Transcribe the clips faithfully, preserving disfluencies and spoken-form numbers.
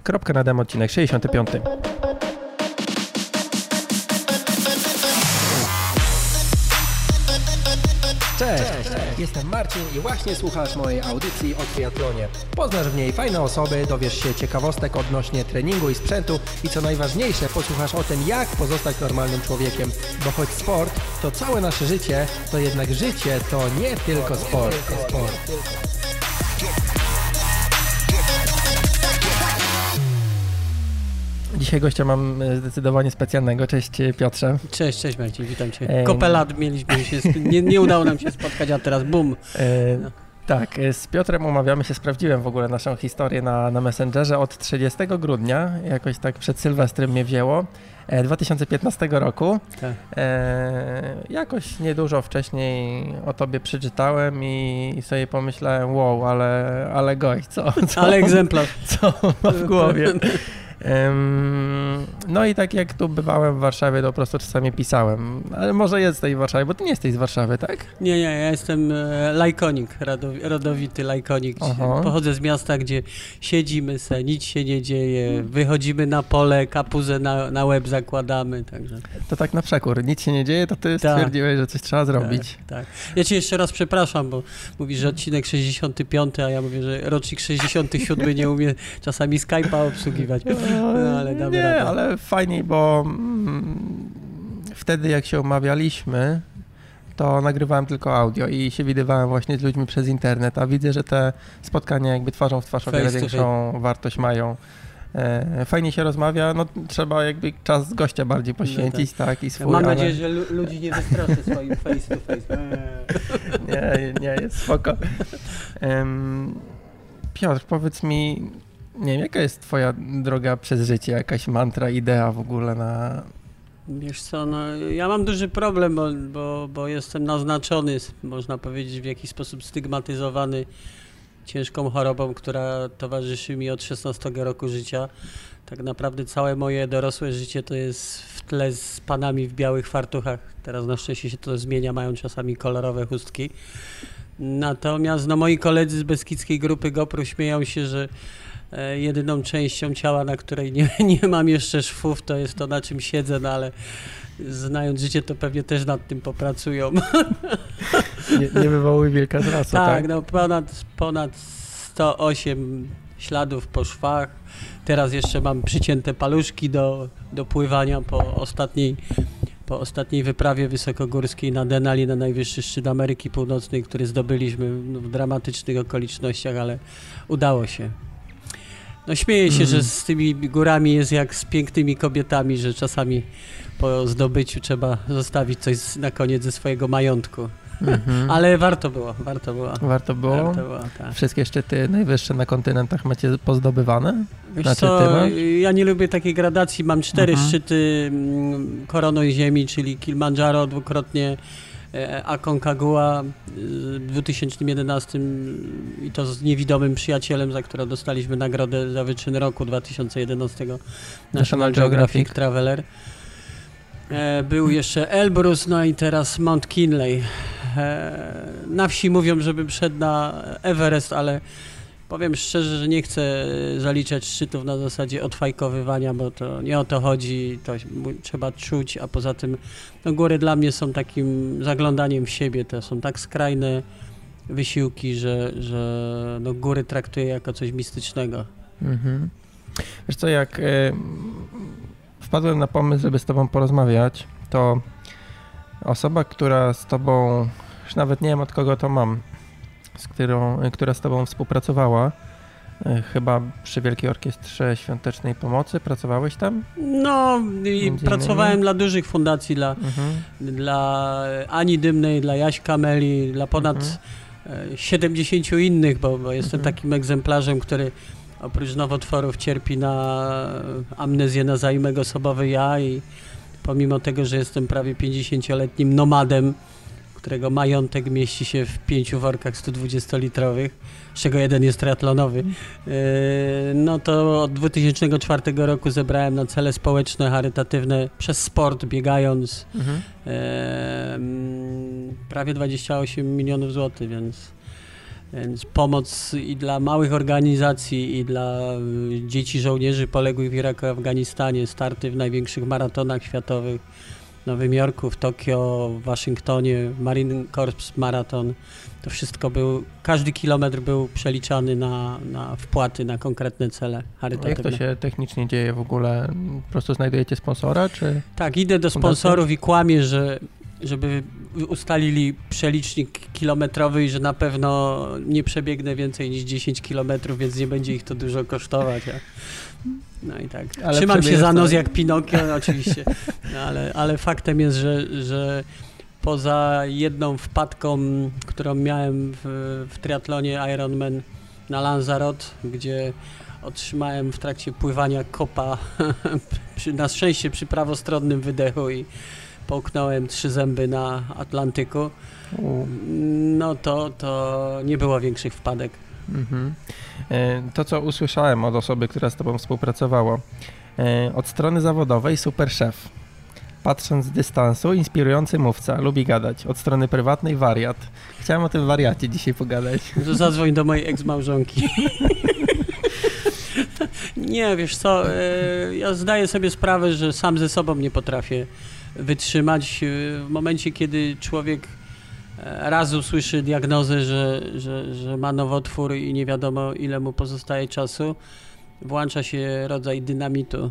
Kropka na demo, odcinek sześćdziesiąty piąty. Cześć, Cześć, jestem Marcin i właśnie słuchasz mojej audycji o triatlonie. Poznasz w niej fajne osoby, dowiesz się ciekawostek odnośnie treningu i sprzętu i co najważniejsze, posłuchasz o tym, jak pozostać normalnym człowiekiem. Bo choć sport to całe nasze życie, to jednak życie to nie tylko sport. sport. Dzisiaj gościa mam zdecydowanie specjalnego. Cześć Piotrze. Cześć, cześć Marcin, witam Cię. Kopę lat mieliśmy się, nie, nie udało nam się spotkać, a teraz bum. No. Tak, z Piotrem umawiamy się, sprawdziłem w ogóle naszą historię na, na Messengerze od trzydziestego grudnia, jakoś tak przed Sylwestrem mnie wzięło, dwa tysiące piętnastego roku. Tak. E, jakoś niedużo wcześniej o tobie przeczytałem i sobie pomyślałem, wow, ale, ale gość, co, co? Ale egzemplarz. Co ma w głowie? Um, no i tak jak tu bywałem w Warszawie, to po prostu czasami pisałem, ale może jesteś w Warszawie, bo ty nie jesteś z Warszawy, tak? Nie, nie, ja jestem e, lajkonik, rodowi, rodowity lajkonik. Pochodzę z miasta, gdzie siedzimy se, nic się nie dzieje, wychodzimy na pole, kapuzę na, na łeb zakładamy, także. To tak na przekór, nic się nie dzieje, to ty tak. stwierdziłeś, że coś trzeba zrobić. Tak, tak. Ja cię jeszcze raz przepraszam, bo mówisz, że odcinek sześćdziesiąty piąty, a ja mówię, że rocznik sześćdziesiąty siódmy nie umie czasami Skype'a obsługiwać. No, ale damy nie, radę. ale fajniej, bo mm, wtedy jak się umawialiśmy, to nagrywałem tylko audio i się widywałem właśnie z ludźmi przez internet, a widzę, że te spotkania jakby twarzą w twarz o wiele większą wartość mają. E, fajnie się rozmawia, no trzeba jakby czas gościa bardziej poświęcić, no tak. tak, i swój, Mam ale... nadzieję, że lu- ludzi nie wystraszy swoim face to face. nie, nie, jest spoko. Um, Piotr, powiedz mi, nie wiem, jaka jest twoja droga przez życie, jakaś mantra, idea w ogóle na... Wiesz co, no ja mam duży problem, bo, bo, bo jestem naznaczony, można powiedzieć, w jakiś sposób stygmatyzowany ciężką chorobą, która towarzyszy mi od szesnastego roku życia. Tak naprawdę całe moje dorosłe życie to jest w tle z panami w białych fartuchach. Teraz na szczęście się to zmienia, mają czasami kolorowe chustki. Natomiast no, moi koledzy z beskidzkiej grupy GoPro śmieją się, że e, jedyną częścią ciała, na której nie, nie mam jeszcze szwów, to jest to, na czym siedzę, no ale znając życie, to pewnie też nad tym popracują. Nie, nie wywołuj wielka z rasu, tak? Tak, no ponad, ponad sto osiem śladów po szwach. Teraz jeszcze mam przycięte paluszki do, do pływania po ostatniej, po ostatniej wyprawie wysokogórskiej na Denali, na najwyższy szczyt Ameryki Północnej, który zdobyliśmy w dramatycznych okolicznościach, ale udało się. No śmieję się, mm. że z tymi górami jest jak z pięknymi kobietami, że czasami po zdobyciu trzeba zostawić coś na koniec ze swojego majątku. Mm-hmm. Ale warto było, warto było. Warto było? Warto było, tak. Wszystkie szczyty najwyższe na kontynentach macie pozdobywane? Wiesz znaczy, co, ja nie lubię takiej gradacji. Mam cztery mm-hmm. szczyty koroną ziemi, czyli Kilimandżaro dwukrotnie, Aconcagua w dwa tysiące jedenastym i to z niewidomym przyjacielem, za którą dostaliśmy nagrodę za wyczyn roku dwa tysiące jedenastego National Geographic Traveler. Był jeszcze Elbrus, no i teraz Mount Kinley. Na wsi mówią, żebym szedł na Everest, ale powiem szczerze, że nie chcę zaliczać szczytów na zasadzie odfajkowywania, bo to nie o to chodzi, to trzeba czuć, a poza tym no, góry dla mnie są takim zaglądaniem w siebie, to są tak skrajne wysiłki, że, że no, góry traktuję jako coś mistycznego. Mhm. Wiesz co, jak y, wpadłem na pomysł, żeby z tobą porozmawiać, to osoba, która z tobą, już nawet nie wiem od kogo to mam, z którą, która z tobą współpracowała, chyba przy Wielkiej Orkiestrze Świątecznej Pomocy. Pracowałeś tam? No i pracowałem dla dużych fundacji, dla, mhm. dla Ani Dymnej, dla Jaśka Meli, dla ponad mhm. siedemdziesięciu innych, bo, bo jestem mhm. takim egzemplarzem, który oprócz nowotworów cierpi na amnezję na zaimego osobowy ja i pomimo tego, że jestem prawie pięćdziesięcioletnim nomadem, którego majątek mieści się w pięciu workach sto dwudziestolitrowych, z czego jeden jest triatlonowy, no to od dwa tysiące czwartego roku zebrałem na cele społeczne, charytatywne przez sport, biegając mhm. e, prawie dwadzieścia osiem milionów złotych, więc Więc pomoc i dla małych organizacji, i dla dzieci żołnierzy poległych w Iraku i Afganistanie, starty w największych maratonach światowych, w Nowym Jorku, w Tokio, w Waszyngtonie, Marine Corps Marathon. To wszystko był, każdy kilometr był przeliczany na, na wpłaty, na konkretne cele charytatywne. Jak to się technicznie dzieje w ogóle? Po prostu znajdujecie sponsora, czy? Tak, idę do sponsorów i kłamię, że żeby ustalili przelicznik kilometrowy i że na pewno nie przebiegnę więcej niż dziesięć kilometrów, więc nie będzie ich to dużo kosztować. A... No i tak. Ale trzymam się za nos jak Pinokio, no, oczywiście, no, ale, ale faktem jest, że, że poza jedną wpadką, którą miałem w, w triatlonie Ironman na Lanzarote, gdzie otrzymałem w trakcie pływania kopa, przy, na szczęście przy prawostronnym wydechu i połknąłem trzy zęby na Atlantyku, no to, to nie było większych wpadek. Mhm. To, co usłyszałem od osoby, która z tobą współpracowała, od strony zawodowej super szef, patrząc z dystansu, inspirujący mówca, lubi gadać, od strony prywatnej wariat. Chciałem o tym wariacie dzisiaj pogadać. To zadzwoń do mojej eks-małżonki. Nie, wiesz co, ja zdaję sobie sprawę, że sam ze sobą nie potrafię wytrzymać. W momencie, kiedy człowiek raz usłyszy diagnozę, że, że, że ma nowotwór i nie wiadomo, ile mu pozostaje czasu, włącza się rodzaj dynamitu.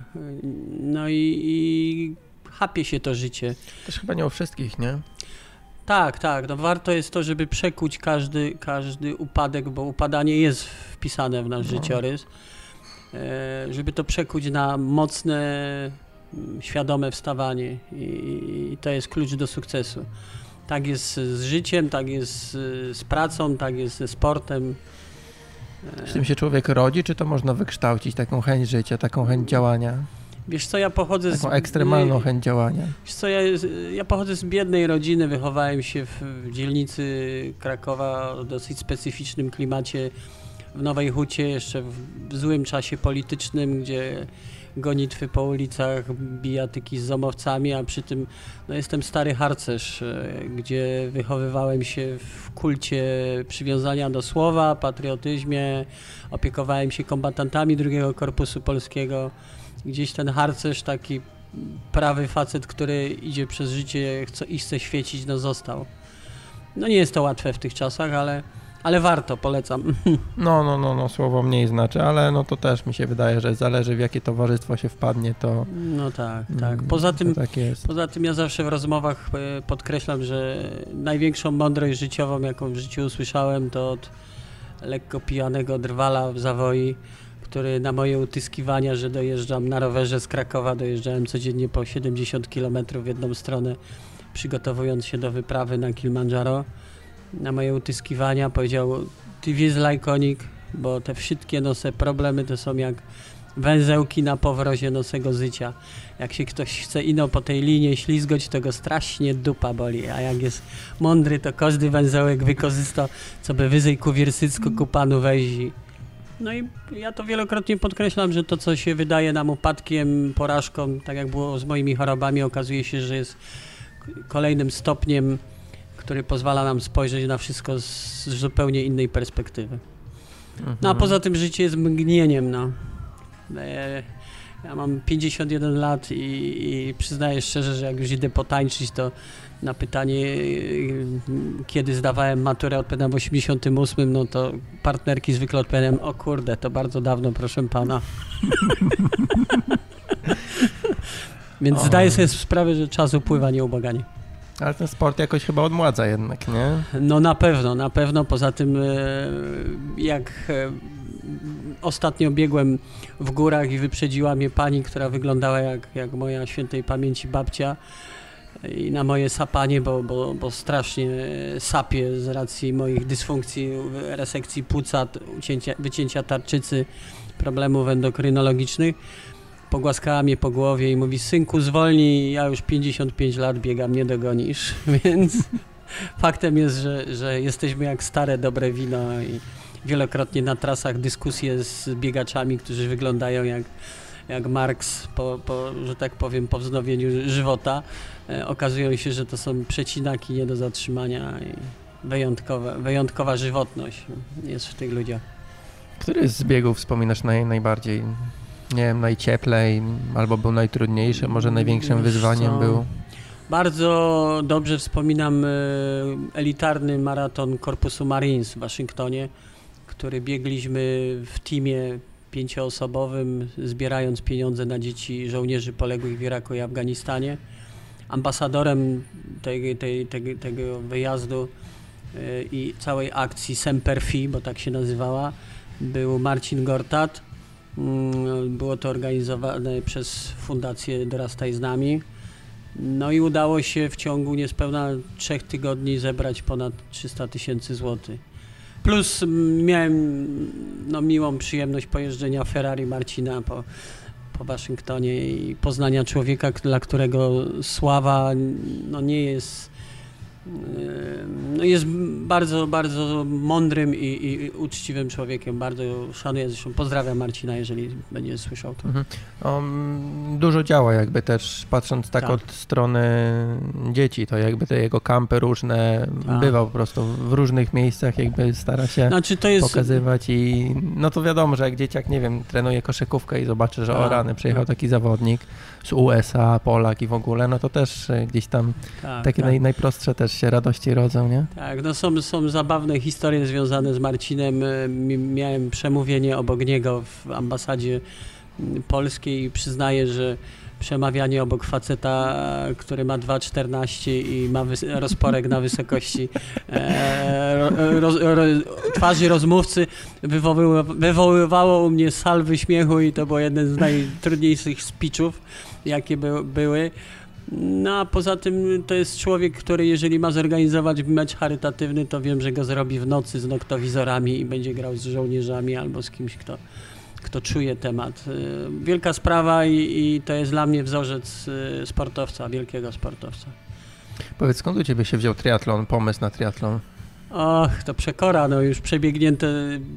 No i, i chapie się to życie. Też chyba nie u wszystkich, nie? Tak, tak. No warto jest to, żeby przekuć każdy, każdy upadek, bo upadanie jest wpisane w nasz no. życiorys, żeby to przekuć na mocne, świadome wstawanie i, i to jest klucz do sukcesu. Tak jest z życiem, tak jest z pracą, tak jest ze sportem. Z tym się człowiek rodzi, czy to można wykształcić, taką chęć życia, taką chęć działania? Wiesz co, ja pochodzę taką z... ekstremalną chęć działania. Wiesz co, ja, ja pochodzę z biednej rodziny, wychowałem się w, w dzielnicy Krakowa o dosyć specyficznym klimacie, w Nowej Hucie, jeszcze w, w złym czasie politycznym, gdzie gonitwy po ulicach, bijatyki z zomowcami, a przy tym no, jestem stary harcerz, gdzie wychowywałem się w kulcie przywiązania do słowa, patriotyzmie, opiekowałem się kombatantami drugiego Korpusu Polskiego. Gdzieś ten harcerz, taki prawy facet, który idzie przez życie chce, i chce świecić, no został. No nie jest to łatwe w tych czasach, ale Ale warto, polecam. No, no, no, no, słowo mniej znaczy, ale no to też mi się wydaje, że zależy w jakie towarzystwo się wpadnie, to... No tak, tak. Poza tym, tak jest. Poza tym ja zawsze w rozmowach podkreślam, że największą mądrość życiową, jaką w życiu usłyszałem, to od lekko pijanego drwala w Zawoi, który na moje utyskiwania, że dojeżdżam na rowerze z Krakowa, dojeżdżałem codziennie po siedemdziesiąt kilometrów w jedną stronę, przygotowując się do wyprawy na Kilimandżaro. Na moje utyskiwania powiedział: ty wiesz, lajkonik, bo te wszystkie nosze problemy to są jak węzełki na powrozie nosego życia. Jak się ktoś chce ino po tej linie ślizgać, to go strasznie dupa boli, a jak jest mądry, to każdy węzełek wykorzysta, co by wyżej ku wiersycku, ku panu weźzi. No i ja to wielokrotnie podkreślam, że to, co się wydaje nam upadkiem, porażką, tak jak było z moimi chorobami, okazuje się, że jest kolejnym stopniem, który pozwala nam spojrzeć na wszystko z zupełnie innej perspektywy. Mhm. No a poza tym życie jest mgnieniem, no. Ja mam pięćdziesiąt jeden lat i, i przyznaję szczerze, że jak już idę potańczyć, to na pytanie, kiedy zdawałem maturę, odpowiadam w osiemdziesiątym ósmym, no to partnerki zwykle odpowiadają: o kurde, to bardzo dawno, proszę pana. Więc o. zdaję sobie sprawę, że czas upływa nieubłaganie. Ale ten sport jakoś chyba odmładza jednak, nie? No na pewno, na pewno. Poza tym jak ostatnio biegłem w górach i wyprzedziła mnie pani, która wyglądała jak, jak moja świętej pamięci babcia, i na moje sapanie, bo, bo, bo strasznie sapię z racji moich dysfunkcji, resekcji płuca, ucięcia, wycięcia tarczycy, problemów endokrynologicznych. Pogłaskała mnie po głowie i mówi: synku, zwolnij, ja już pięćdziesiąt pięć lat biegam, nie dogonisz. Więc faktem jest, że, że jesteśmy jak stare, dobre wino i wielokrotnie na trasach dyskusje z biegaczami, którzy wyglądają jak, jak Marks, po, po, że tak powiem, po wznowieniu żywota. E, okazują się, że to są przecinaki nie do zatrzymania wyjątkowa, wyjątkowa żywotność jest w tych ludziach. Który z biegów wspominasz naj, najbardziej, nie wiem, najcieplej, albo był najtrudniejszy, może największym wyzwaniem Co? był? Bardzo dobrze wspominam elitarny maraton Korpusu Marines w Waszyngtonie, który biegliśmy w teamie pięcioosobowym, zbierając pieniądze na dzieci żołnierzy poległych w Iraku i Afganistanie. Ambasadorem tej, tej, tej, tego wyjazdu i całej akcji Semper Fi, bo tak się nazywała, był Marcin Gortat. Było to organizowane przez Fundację Dorastaj z nami. No i udało się w ciągu niespełna trzech tygodni zebrać ponad trzysta tysięcy złotych. Plus miałem no, miłą przyjemność pojeżdżenia Ferrari Marcina po, po Waszyngtonie i poznania człowieka, dla którego sława no, nie jest... No jest bardzo, bardzo mądrym i, i uczciwym człowiekiem. Bardzo szanuję, zresztą pozdrawiam Marcina, jeżeli będzie słyszał to. Mhm. On dużo działa jakby też, patrząc tak, tak od strony dzieci, to jakby te jego kampy różne, tak. bywa po prostu w różnych miejscach, jakby stara się znaczy, to jest... pokazywać i no to wiadomo, że jak dzieciak, nie wiem, trenuje koszykówkę i zobaczy, że tak. o rany, przyjechał taki zawodnik z U S A, Polak i w ogóle, no to też gdzieś tam tak, takie tak. Naj, najprostsze też się radości rodzą, nie? Tak, no są, są zabawne historie związane z Marcinem. Miałem przemówienie obok niego w ambasadzie polskiej i przyznaję, że przemawianie obok faceta, który ma dwa czternaście i ma wys- rozporek na wysokości e, roz, ro, twarzy rozmówcy wywoływa, wywoływało u mnie salwy śmiechu i to był jeden z najtrudniejszych speechów, jakie by, były. No a poza tym to jest człowiek, który jeżeli ma zorganizować mecz charytatywny, to wiem, że go zrobi w nocy z noktowizorami i będzie grał z żołnierzami albo z kimś, kto, kto czuje temat. Wielka sprawa i, i to jest dla mnie wzorzec sportowca, wielkiego sportowca. Powiedz, skąd u ciebie się wziął triatlon, pomysł na triatlon? Och, to przekora, no już przebiegnięte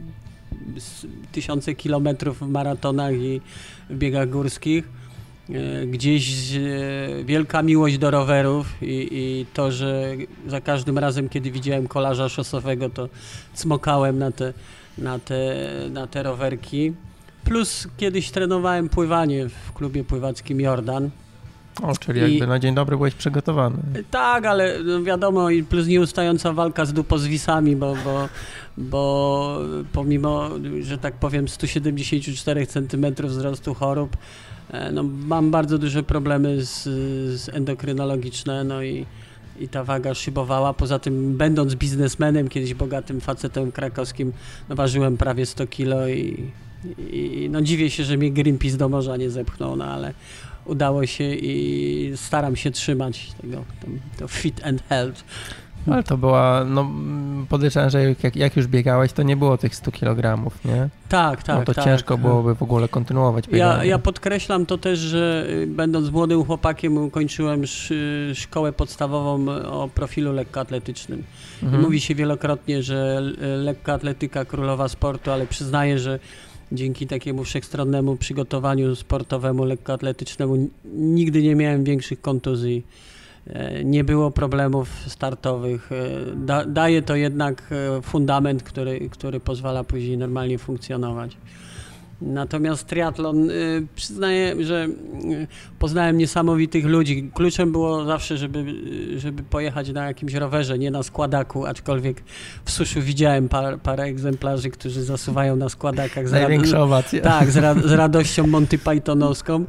tysiące kilometrów w maratonach i w biegach górskich. Gdzieś wielka miłość do rowerów i, i to, że za każdym razem, kiedy widziałem kolarza szosowego, to cmokałem na te, na te, na te rowerki. Plus kiedyś trenowałem pływanie w klubie pływackim Jordan. O, czyli jakby I, na dzień dobry byłeś przygotowany. Tak, ale no wiadomo, i plus nieustająca walka z dupozwisami, bo, bo, bo pomimo, że tak powiem, sto siedemdziesiąt cztery centymetrów wzrostu chorób, no, mam bardzo duże problemy z, z endokrynologiczne, no i, i ta waga szybowała. Poza tym, będąc biznesmenem, kiedyś bogatym facetem krakowskim, no, ważyłem prawie sto kilo i, i no, dziwię się, że mnie Greenpeace do morza nie zepchnął, no ale udało się i staram się trzymać tego, to fit and health. Ale to była, no podejrzewam, że jak, jak już biegałeś, to nie było tych stu kilogramów, nie? Tak, tak. No to tak. ciężko byłoby w ogóle kontynuować bieganie. Ja, ja podkreślam to też, że będąc młodym chłopakiem kończyłem sz, szkołę podstawową o profilu lekkoatletycznym. Mhm. Mówi się wielokrotnie, że lekkoatletyka królowa sportu, ale przyznaję, że dzięki takiemu wszechstronnemu przygotowaniu sportowemu, lekkoatletycznemu nigdy nie miałem większych kontuzji. Nie było problemów startowych. Da, daje to jednak fundament, który, który pozwala później normalnie funkcjonować. Natomiast triatlon, przyznaję, że poznałem niesamowitych ludzi. Kluczem było zawsze, żeby, żeby pojechać na jakimś rowerze, nie na składaku, aczkolwiek w Suszu widziałem par, parę egzemplarzy, którzy zasuwają na składakach. Największa owacja. Tak, z, ra, z radością Monty Pythonowską.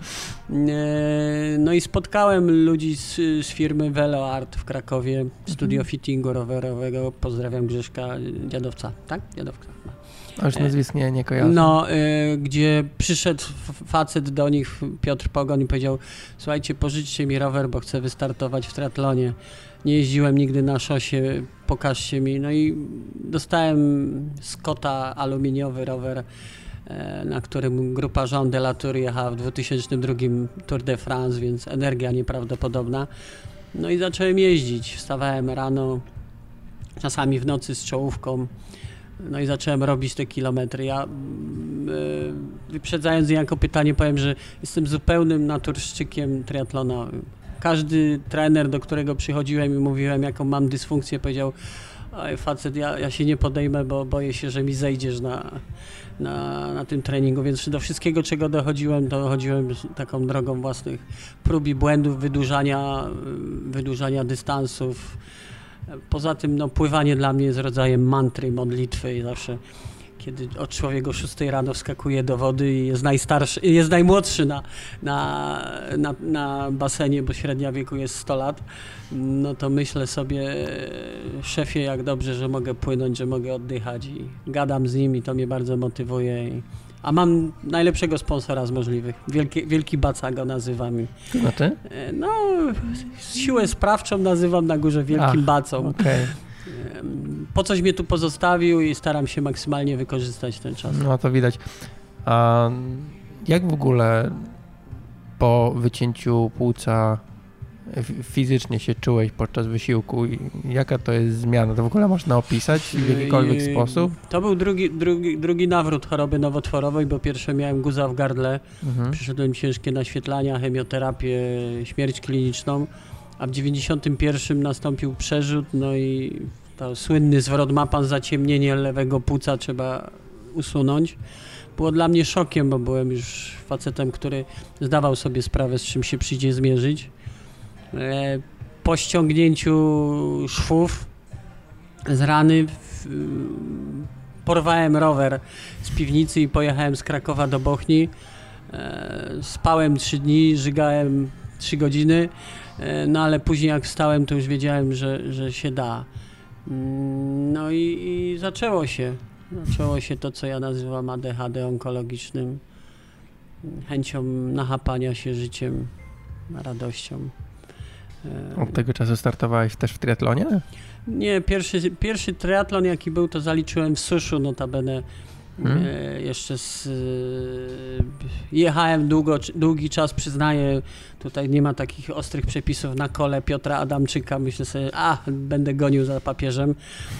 No i spotkałem ludzi z, z firmy Velo Art w Krakowie, studio fittingu rowerowego. Pozdrawiam Grzeszka Dziadowca, tak? Dziadowca. A już nazwisk nie, nie kojarzę. No, y, gdzie przyszedł facet do nich, Piotr Pogoń, i powiedział: słuchajcie, pożyczcie mi rower, bo chcę wystartować w triatlonie. Nie jeździłem nigdy na szosie, pokażcie mi. No i dostałem Scotta aluminiowy rower, y, na którym grupa Jean de la Tour jechała w dwa tysiące drugim Tour de France, więc energia nieprawdopodobna. No i zacząłem jeździć. Wstawałem rano, czasami w nocy z czołówką. No i zacząłem robić te kilometry. Ja yy, wyprzedzając niejako pytanie, powiem, że jestem zupełnym naturszczykiem triatlona. Każdy trener, do którego przychodziłem i mówiłem, jaką mam dysfunkcję, powiedział: Oj, facet, ja, ja się nie podejmę, bo boję się, że mi zejdziesz na, na, na tym treningu, więc do wszystkiego, czego dochodziłem, to dochodziłem taką drogą własnych prób i błędów, wydłużania, wydłużania dystansów. Poza tym no, pływanie dla mnie jest rodzajem mantry, modlitwy i zawsze kiedy od człowiek o szóstej rano wskakuje do wody i jest najstarszy, jest najmłodszy na, na, na, na basenie, bo średnia wieku jest sto lat, no to myślę sobie, szefie, jak dobrze, że mogę płynąć, że mogę oddychać i gadam z nim i to mnie bardzo motywuje. I, a mam najlepszego sponsora z możliwych. Wielki, Wielki Baca go nazywam. No ty? No, siłę sprawczą nazywam na górze Wielkim Ach, Bacą. Okay. Po coś mnie tu pozostawił i staram się maksymalnie wykorzystać ten czas. No to widać. A jak w ogóle po wycięciu płuca fizycznie się czułeś podczas wysiłku? Jaka to jest zmiana? To w ogóle można opisać w jakikolwiek I, sposób? To był drugi, drugi, drugi nawrót choroby nowotworowej, bo pierwsze miałem guza w gardle, mhm. Przeszedłem ciężkie naświetlania, chemioterapię, śmierć kliniczną, a w dziewięćdziesiątym pierwszym nastąpił przerzut, no i to słynny zwrot, ma pan zaciemnienie lewego płuca, trzeba usunąć. Było dla mnie szokiem, bo byłem już facetem, który zdawał sobie sprawę, z czym się przyjdzie zmierzyć. Po ściągnięciu szwów z rany porwałem rower z piwnicy i pojechałem z Krakowa do Bochni. Spałem trzy dni, żygałem trzy godziny, no ale później jak wstałem, to już wiedziałem, że, że się da. No i, i zaczęło się. Zaczęło się to, co ja nazywam A D H D onkologicznym, chęcią nachapania się życiem, radością. Od tego czasu startowałeś też w triatlonie? Nie, pierwszy, pierwszy triatlon jaki był, to zaliczyłem w Suszu, notabene hmm. e, jeszcze z... E, jechałem długo, długi czas, przyznaję, tutaj nie ma takich ostrych przepisów na kole Piotra Adamczyka, myślę sobie, a, będę gonił za papieżem.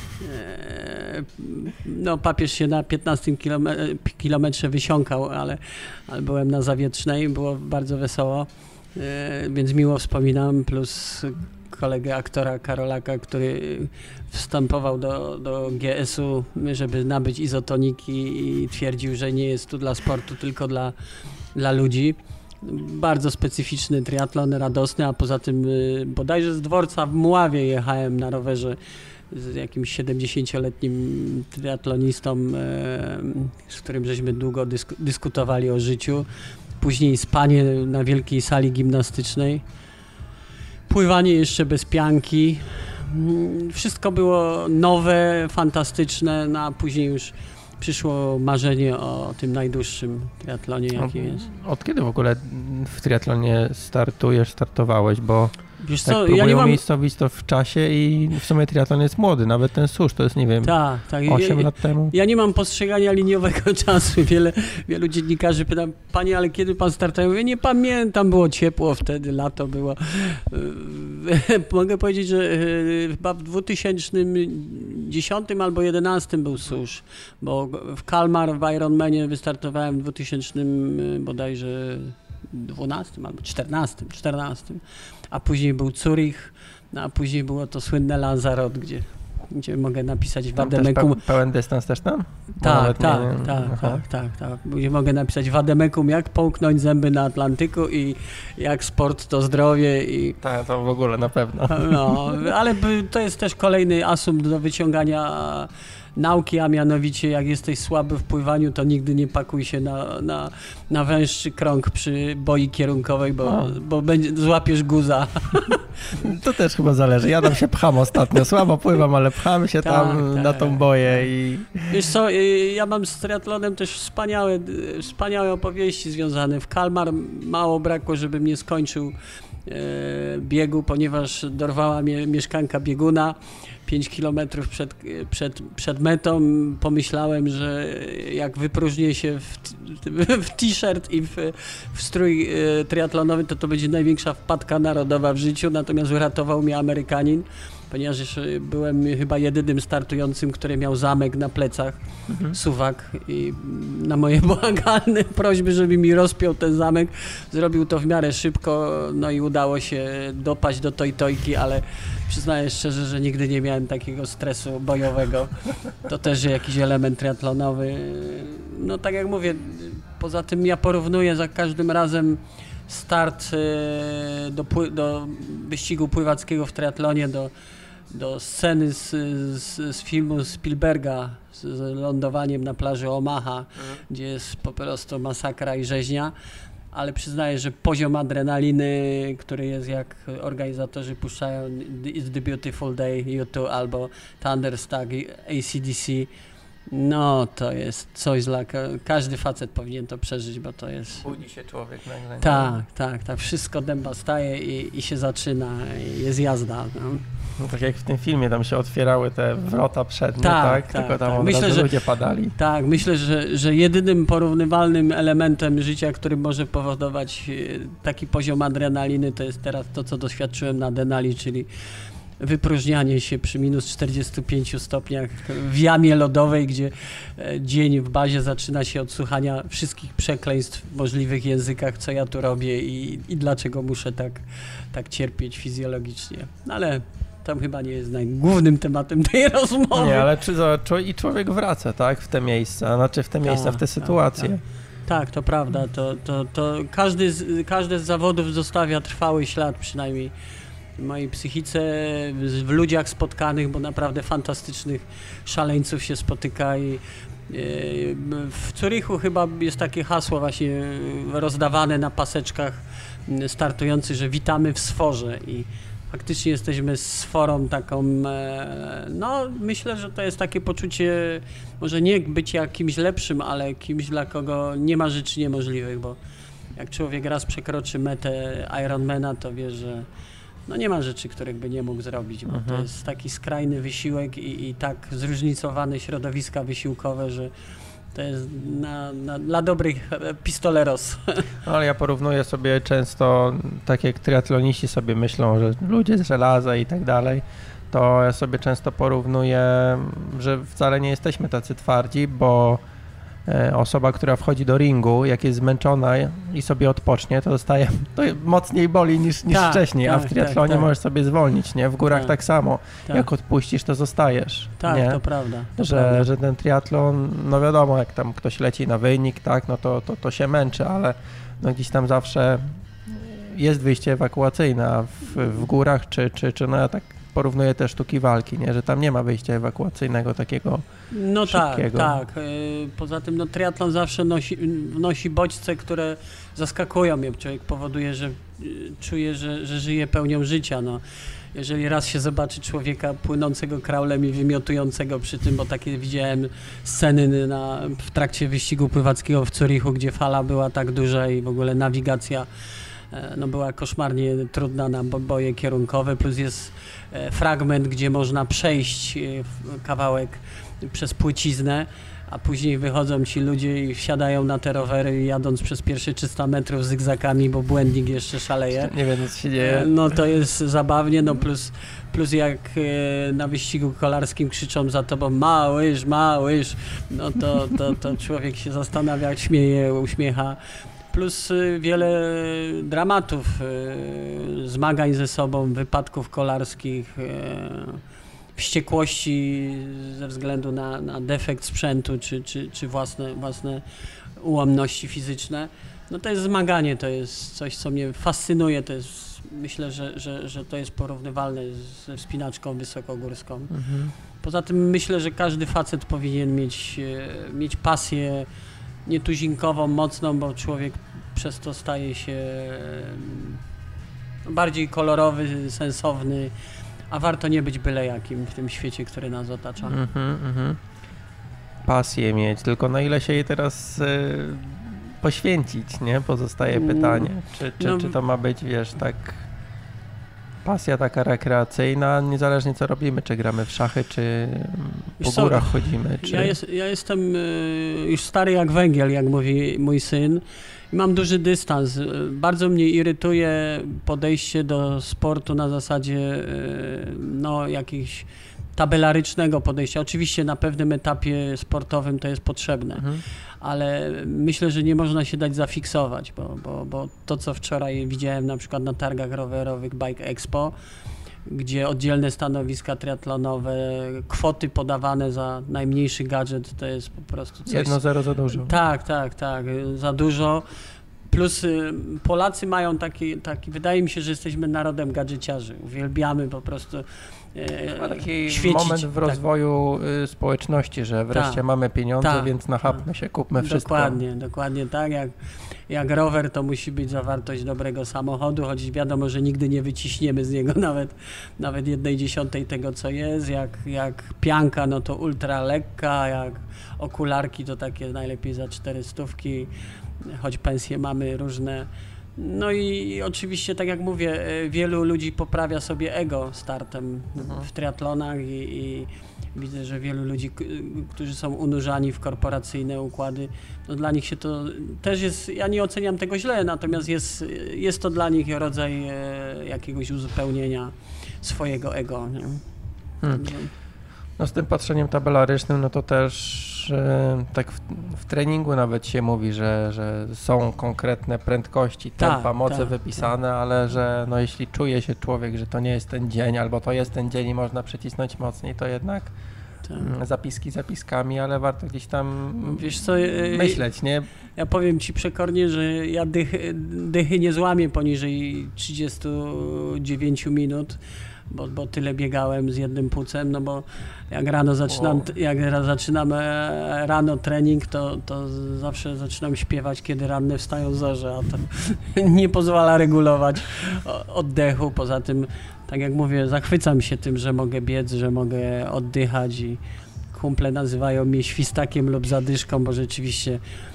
E, no, papież się na piętnastym kilometrze wysiąkał, ale, ale byłem na Zawietrznej, było bardzo wesoło. Więc miło wspominam, plus kolegę aktora Karolaka, który wstępował do, do G S u, żeby nabyć izotoniki i twierdził, że nie jest tu dla sportu, tylko dla, dla ludzi. Bardzo specyficzny triatlon, radosny, a poza tym bodajże z dworca w Mławie jechałem na rowerze z jakimś siedemdziesięcioletnim triatlonistą, z którym żeśmy długo dysk- dyskutowali o życiu. Później spanie na wielkiej sali gimnastycznej, pływanie jeszcze bez pianki. Wszystko było nowe, fantastyczne, no a później już przyszło marzenie o tym najdłuższym triatlonie, jaki od, jest. Od kiedy w ogóle w triatlonie startujesz, startowałeś, bo Wiesz tak co, próbują ja nie mam... umiejscowić to w czasie i w sumie triatlon jest młody, nawet ten Susz to jest, nie wiem, Ta, tak. osiem ja, lat temu. Ja nie mam postrzegania liniowego czasu. Wiele, wielu dziennikarzy pyta, panie, ale kiedy pan startuje? Mówię, nie pamiętam, było ciepło wtedy, lato było. Mogę powiedzieć, że chyba w dwa tysiące dziesiątym albo dwa tysiące jedenastym był Susz, bo w Kalmar w Ironmanie wystartowałem w dwutysięcznym bodajże dwunastym albo czternastym, czternastym, a później był Zurich, no a później było to słynne Lanzarote, gdzie, gdzie mogę napisać w Wademekum. Pe- pełen dystans też tam? Tak, tak, nie, tak, tak, tak, tak. Gdzie mogę napisać w Wademekum, jak połknąć zęby na Atlantyku i jak sport to zdrowie. I tak, to w ogóle na pewno. No, ale to jest też kolejny asumpt do wyciągania nauki, a mianowicie jak jesteś słaby w pływaniu, to nigdy nie pakuj się na, na, na węższy krąg przy boi kierunkowej, bo, bo będzie, złapiesz guza. To też chyba zależy. Ja tam się pcham ostatnio. Słabo pływam, ale pcham się tak, tam tak, na tą boję. Tak. I... Wiesz co, ja mam z triatlonem też wspaniałe, wspaniałe opowieści związane. W Kalmar mało brakło, żebym nie skończył e, biegu, ponieważ dorwała mnie mieszkanka bieguna. pięć kilometrów przed, przed, przed metą pomyślałem, że jak wypróżnię się w, w t-shirt i w, w strój triatlonowy, to to będzie największa wpadka narodowa w życiu, natomiast uratował mnie Amerykanin. ponieważ jeszcze byłem chyba jedynym startującym, który miał zamek na plecach, mhm. suwak, i na moje błagalne prośby, żeby mi rozpiął ten zamek, zrobił to w miarę szybko, no i udało się dopaść do toj tojki, ale przyznaję szczerze, że nigdy nie miałem takiego stresu bojowego. To też jakiś element triatlonowy. No tak jak mówię, poza tym ja porównuję za każdym razem start do, do wyścigu pływackiego w triatlonie, do, do sceny z, z, z filmu Spielberga z, z lądowaniem na plaży Omaha, mhm. gdzie jest po prostu masakra i rzeźnia, ale przyznaję, że poziom adrenaliny, który jest, jak organizatorzy puszczają It's the Beautiful Day, U dwa albo Thunderstruck, A C D C, no to jest coś dla... Każdy facet powinien to przeżyć, bo to jest... Budzi się człowiek nagle. Tak, tak, tak. Wszystko dęba staje i, i się zaczyna, i jest jazda. No. No tak jak w tym filmie, tam się otwierały te wrota przednie, tak? tak? tak Tylko tam tak. od Myślę, razu że, ludzie padali. Tak, myślę, że, że jedynym porównywalnym elementem życia, który może powodować taki poziom adrenaliny, to jest teraz to, co doświadczyłem na Denali, czyli wypróżnianie się przy minus czterdziestu pięciu stopniach w jamie lodowej, gdzie dzień w bazie zaczyna się od słuchania wszystkich przekleństw w możliwych językach, co ja tu robię i, i dlaczego muszę tak, tak cierpieć fizjologicznie. No ale tam chyba nie jest głównym tematem tej rozmowy. Nie, ale czy, czy i człowiek wraca, tak, w te miejsca, znaczy w te miejsca, ta, w te sytuacje. Tak, tak. tak, to prawda. To, to, to każdy, z, każdy z zawodów zostawia trwały ślad, przynajmniej w mojej psychice, w ludziach spotkanych, bo naprawdę fantastycznych szaleńców się spotyka i w Zurychu chyba jest takie hasło właśnie rozdawane na paseczkach startujących, że witamy w sforze i faktycznie jesteśmy sforą taką, no myślę, że to jest takie poczucie, może nie bycia kimś lepszym, ale kimś, dla kogo nie ma rzeczy niemożliwych, bo jak człowiek raz przekroczy metę Ironmana, to wie, że no nie ma rzeczy, których by nie mógł zrobić, bo mhm. to jest taki skrajny wysiłek i, i tak zróżnicowane środowiska wysiłkowe, że to jest na, na, dla dobrych pistoleros. No, ale ja porównuję sobie często, tak jak triatloniści sobie myślą, że ludzie z żelaza i tak dalej, to ja sobie często porównuję, że wcale nie jesteśmy tacy twardzi, bo osoba, która wchodzi do ringu, jak jest zmęczona i sobie odpocznie, to dostaje, to mocniej boli niż, niż tak, wcześniej, tak, a w triatlonie tak, tak. możesz sobie zwolnić, nie? W górach tak, tak samo. Tak. Jak odpuścisz, to zostajesz. Tak, nie? to prawda. To że, prawda. że ten triatlon, no wiadomo, jak tam ktoś leci na wynik, tak, no to, to, to się męczy, ale no gdzieś tam zawsze jest wyjście ewakuacyjne, a w, w górach, czy, czy, czy no ja tak porównuję te sztuki walki, nie? Że tam nie ma wyjścia ewakuacyjnego takiego no szybkiego. tak, tak. Poza tym no, triatlon zawsze nosi, nosi bodźce, które zaskakują mnie. Człowiek powoduje, że czuje, że, że żyje pełnią życia. No. Jeżeli raz się zobaczy człowieka płynącego kraulem i wymiotującego przy tym, bo takie widziałem sceny na, w trakcie wyścigu pływackiego w Zurychu, gdzie fala była tak duża i w ogóle nawigacja no, była koszmarnie trudna na boje kierunkowe, plus jest fragment, gdzie można przejść kawałek przez płyciznę, a później wychodzą ci ludzie i wsiadają na te rowery, jadąc przez pierwsze trzysta metrów zygzakami, bo błędnik jeszcze szaleje. Nie wiem, co się dzieje. No to jest zabawnie, no plus, plus jak na wyścigu kolarskim krzyczą za tobą małyż, małyż, no to, to, to człowiek się zastanawia, śmieje, uśmiecha. Plus wiele dramatów, zmagań ze sobą, wypadków kolarskich, wściekłości ze względu na, na defekt sprzętu czy, czy, czy własne, własne ułomności fizyczne. No to jest zmaganie, to jest coś, co mnie fascynuje. To jest, myślę, że, że, że to jest porównywalne ze wspinaczką wysokogórską. Mhm. Poza tym myślę, że każdy facet powinien mieć, mieć pasję nietuzinkową, mocną, bo człowiek przez to staje się bardziej kolorowy, sensowny, a warto nie być byle jakim w tym świecie, który nas otacza. Mm-hmm, mm-hmm. Pasję mieć, tylko na ile się jej teraz y, poświęcić, nie? Pozostaje pytanie, czy, czy, no, czy to ma być, wiesz, tak... pasja taka rekreacyjna, niezależnie co robimy, czy gramy w szachy, czy po Wiesz co, górach chodzimy. Czy... Ja, jest, ja jestem już stary jak węgiel, jak mówi mój syn. Mam duży dystans. Bardzo mnie irytuje podejście do sportu na zasadzie no, jakichś tabelarycznego podejścia. Oczywiście na pewnym etapie sportowym to jest potrzebne, mhm. ale myślę, że nie można się dać zafiksować, bo, bo, bo to, co wczoraj widziałem na przykład na targach rowerowych Bike Expo, gdzie oddzielne stanowiska triatlonowe, kwoty podawane za najmniejszy gadżet, to jest po prostu coś... Jedno zero za dużo. Tak, tak, tak, za dużo. Plus Polacy mają taki, taki, wydaje mi się, że jesteśmy narodem gadżeciarzy. Uwielbiamy po prostu Ma taki świecić. moment w rozwoju tak. społeczności, że wreszcie ta, mamy pieniądze, ta, więc nachapmy się, kupmy wszystko. Dokładnie, dokładnie tak. Jak, jak rower, to musi być zawartość dobrego samochodu, choć wiadomo, że nigdy nie wyciśniemy z niego nawet, nawet jednej dziesiątej tego, co jest. Jak, jak pianka, no to ultra lekka, jak okularki, to takie najlepiej za cztery stówki, choć pensje mamy różne. No i oczywiście, tak jak mówię, wielu ludzi poprawia sobie ego startem mhm. w triatlonach i, i widzę, że wielu ludzi, którzy są unurzani w korporacyjne układy, no dla nich się to też jest, ja nie oceniam tego źle, natomiast jest, jest to dla nich rodzaj jakiegoś uzupełnienia swojego ego. Nie? Hmm. No z tym patrzeniem tabelarycznym, no to też e, tak w, w treningu nawet się mówi, że, że są konkretne prędkości, tempa, ta, moce ta, wypisane, ta. ale że no jeśli czuje się człowiek, że to nie jest ten dzień, albo to jest ten dzień i można przycisnąć mocniej, to jednak ta. zapiski zapiskami, ale warto gdzieś tam Wiesz co, myśleć, nie? Ja powiem ci przekornie, że ja dychy, dychy nie złamię poniżej trzydziestu dziewięciu minut. Bo, bo tyle biegałem z jednym płucem, no bo jak rano zaczynam, wow. jak zaczynam rano trening, to, to zawsze zaczynam śpiewać, kiedy ranne wstają zorze, a to nie pozwala regulować oddechu. Poza tym, tak jak mówię, zachwycam się tym, że mogę biec, że mogę oddychać i kumple nazywają mnie świstakiem lub zadyszką, bo rzeczywiście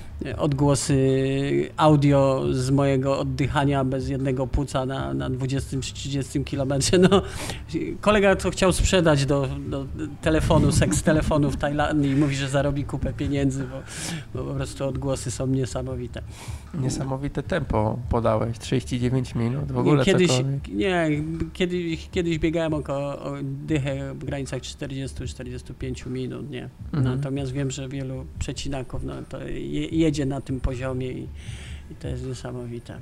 odgłosy audio z mojego oddychania bez jednego płuca na, na dwudziestym czy trzydziestym kilometrze. No, kolega to chciał sprzedać do, do telefonu, seks telefonu w Tajlandii i mówi, że zarobi kupę pieniędzy, bo, bo po prostu odgłosy są niesamowite. Niesamowite tempo podałeś, trzydzieści dziewięć minut, w ogóle nie, kiedyś, cokolwiek. Nie, kiedyś, kiedyś biegałem około o dychę w granicach czterdziestu do czterdziestu pięciu minut, nie. Mhm. Natomiast wiem, że wielu przecinaków, no to je, jedzie na tym poziomie i, i to jest niesamowite.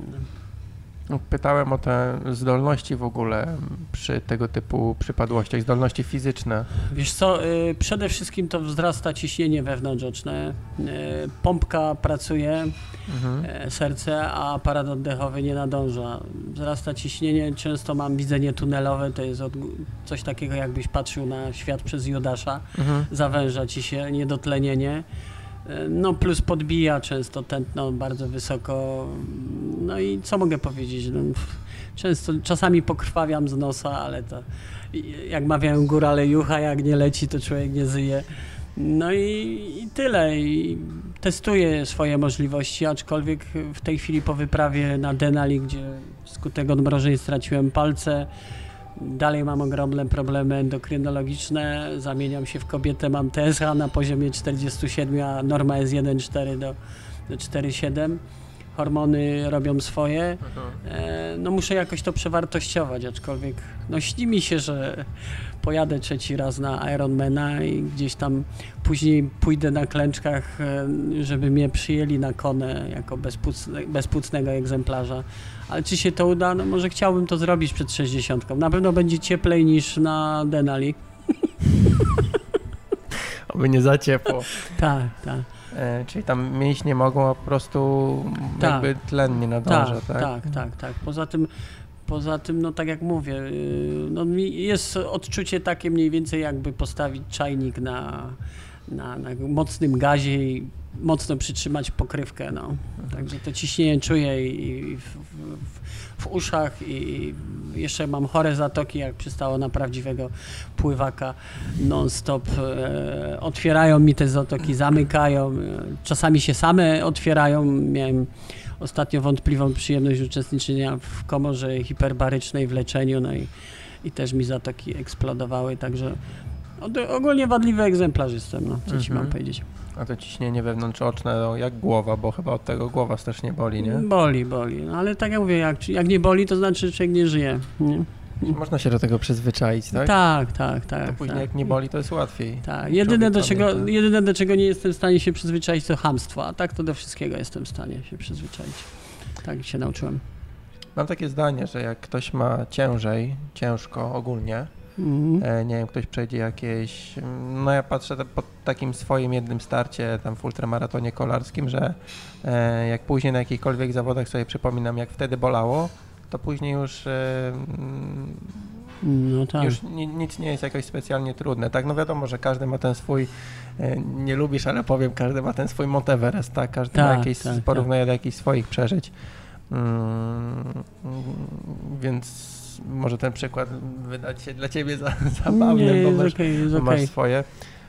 No. Pytałem o te zdolności w ogóle przy tego typu przypadłościach, zdolności fizyczne. Wiesz co, y, przede wszystkim to wzrasta ciśnienie wewnątrzoczne, y, pompka pracuje, mhm. y, serce, a aparat oddechowy nie nadąża. Wzrasta ciśnienie, często mam widzenie tunelowe, to jest od, coś takiego, jakbyś patrzył na świat przez Judasza, mhm. zawęża ci się niedotlenienie. No plus podbija często tętno bardzo wysoko, no i co mogę powiedzieć, no, często, czasami pokrwawiam z nosa, ale to jak mawiają górale jucha, jak nie leci, to człowiek nie zyje. No i, i tyle. I testuję swoje możliwości, aczkolwiek w tej chwili po wyprawie na Denali, gdzie wskutek odmrożeń straciłem palce, dalej mam ogromne problemy endokrynologiczne, zamieniam się w kobietę, mam T S H na poziomie czterdziestu siedmiu, a norma jest jeden przecinek cztery do cztery przecinek siedem. Hormony robią swoje. E, no muszę jakoś to przewartościować, aczkolwiek no śni mi się, że pojadę trzeci raz na Ironmana i gdzieś tam później pójdę na klęczkach, żeby mnie przyjęli na konę jako bezpłucne, bezpłucnego egzemplarza. Ale czy się to uda? No może chciałbym to zrobić przed sześćdziesiątką. Na pewno będzie cieplej niż na Denali. Oby nie za ciepło. Tak, tak. E, czyli tam mięśnie mogą, a po prostu tak. jakby tlen nie nadąża, tak? Tak, tak, tak, tak. Poza tym, poza tym, no tak jak mówię, no jest odczucie takie mniej więcej, jakby postawić czajnik na, na, na mocnym gazie i mocno przytrzymać pokrywkę, no. Także to ciśnienie czuję i w, w, w uszach i jeszcze mam chore zatoki, jak przystało na prawdziwego pływaka non-stop. E, otwierają mi te zatoki, zamykają, czasami się same otwierają. Miałem ostatnio wątpliwą przyjemność uczestniczenia w komorze hiperbarycznej w leczeniu, no i, i też mi zatoki eksplodowały, także ogólnie wadliwy egzemplarz jestem, no, co ci Mhm. mam powiedzieć. A to ciśnienie wewnątrzoczne, no, jak głowa, bo chyba od tego głowa strasznie boli, nie? Boli, boli, no, ale tak jak mówię, jak, jak nie boli, to znaczy, że człowiek nie żyje. Nie? Można się do tego przyzwyczaić, tak? Tak, tak, tak. To później tak. jak nie boli, to jest łatwiej. Tak, jedyne do, czego, pamięta. jedyne do czego nie jestem w stanie się przyzwyczaić, to chamstwo, a tak to do wszystkiego jestem w stanie się przyzwyczaić. Tak się nauczyłem. Mam takie zdanie, że jak ktoś ma ciężej, ciężko ogólnie, Mhm. e, nie wiem, ktoś przejdzie jakieś, no ja patrzę te- po takim swoim jednym starcie tam w ultramaratonie kolarskim, że e, jak później na jakichkolwiek zawodach sobie przypominam, jak wtedy bolało, to później już, e, mm, No tak. już ni, nic nie jest jakoś specjalnie trudne. Tak, no wiadomo, że każdy ma ten swój, e, nie lubisz, ale powiem, każdy ma ten swój Mount Everest, tak? Każdy ma Tak, jakieś, tak, porównuje do jakichś swoich przeżyć. Mm, mm, więc może ten przykład wydać się dla ciebie za, zabawny, Nie, bo jest masz, okej, jest bo masz okej. swoje,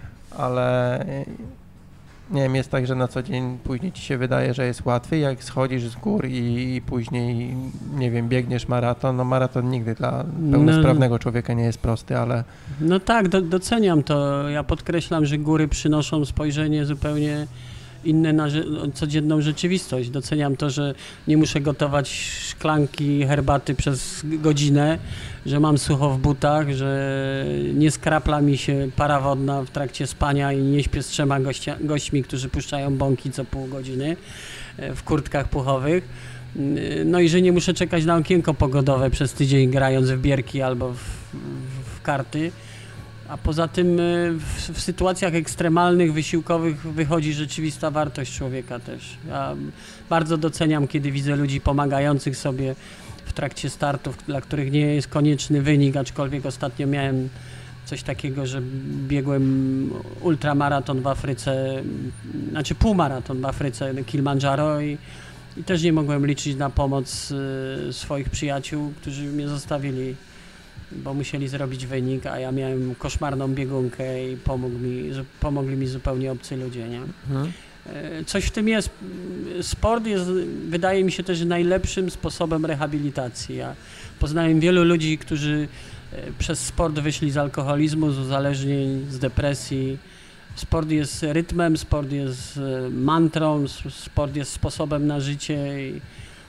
ale e, nie wiem, jest tak, że na co dzień później ci się wydaje, że jest łatwiej, jak schodzisz z gór i, i później, nie wiem, biegniesz maraton. No maraton nigdy dla pełnosprawnego człowieka nie jest prosty, ale No tak, do, doceniam to. Ja podkreślam, że góry przynoszą spojrzenie zupełnie inne na ży- codzienną rzeczywistość. Doceniam to, że nie muszę gotować szklanki herbaty przez godzinę, że mam sucho w butach, że nie skrapla mi się para wodna w trakcie spania i nie śpię z trzema gościa, gośćmi, którzy puszczają bąki co pół godziny e, w kurtkach puchowych. No i że nie muszę czekać na okienko pogodowe przez tydzień grając w bierki albo w, w, w karty. A poza tym y, w, w sytuacjach ekstremalnych, wysiłkowych wychodzi rzeczywista wartość człowieka też. Ja bardzo doceniam, kiedy widzę ludzi pomagających sobie w trakcie startów, dla których nie jest konieczny wynik, aczkolwiek ostatnio miałem coś takiego, że biegłem ultramaraton w Afryce, znaczy półmaraton w Afryce, Kilimandżaro i, i też nie mogłem liczyć na pomoc y, swoich przyjaciół, którzy mnie zostawili, bo musieli zrobić wynik, a ja miałem koszmarną biegunkę i pomógł mi, zu- pomogli mi zupełnie obcy ludzie, nie? mhm. E, Coś w tym jest. Sport jest, wydaje mi się, też najlepszym sposobem rehabilitacji. Ja poznałem wielu ludzi, którzy e, przez sport wyszli z alkoholizmu, z uzależnień, z depresji. Sport jest rytmem, sport jest e, mantrą, s- sport jest sposobem na życie i,